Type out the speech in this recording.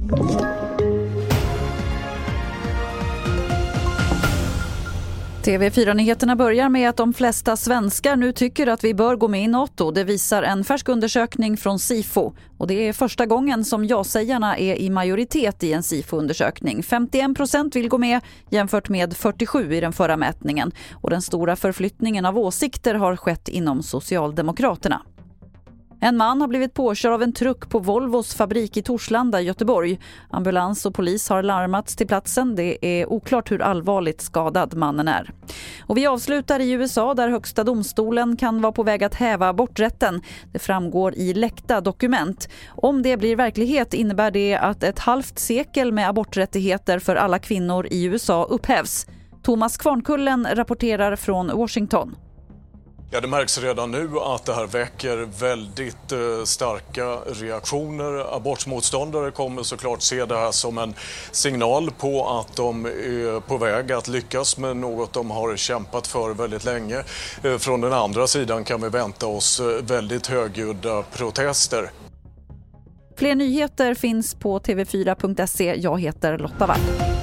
TV4-nyheterna börjar med att de flesta svenskar nu tycker att vi bör gå med i NATO. Det visar en färsk undersökning från SIFO. Och det är första gången som ja-sägarna är i majoritet i en SIFO-undersökning. 51% vill gå med jämfört med 47% i den förra mätningen. Och den stora förflyttningen av åsikter har skett inom Socialdemokraterna. En man har blivit påkörd av en truck på Volvos fabrik i Torslanda i Göteborg. Ambulans och polis har larmats till platsen. Det är oklart hur allvarligt skadad mannen är. Och vi avslutar i USA där högsta domstolen kan vara på väg att häva aborträtten. Det framgår i läckta dokument. Om det blir verklighet innebär det att ett halvt sekel med aborträttigheter för alla kvinnor i USA upphävs. Thomas Kvarnkullen rapporterar från Washington. Ja, det märks redan nu att det här väcker väldigt starka reaktioner. Abortmotståndare kommer såklart se det här som en signal på att de är på väg att lyckas med något de har kämpat för väldigt länge. Från den andra sidan kan vi vänta oss väldigt högljudda protester. Fler nyheter finns på tv4.se. Jag heter Lotta Wall.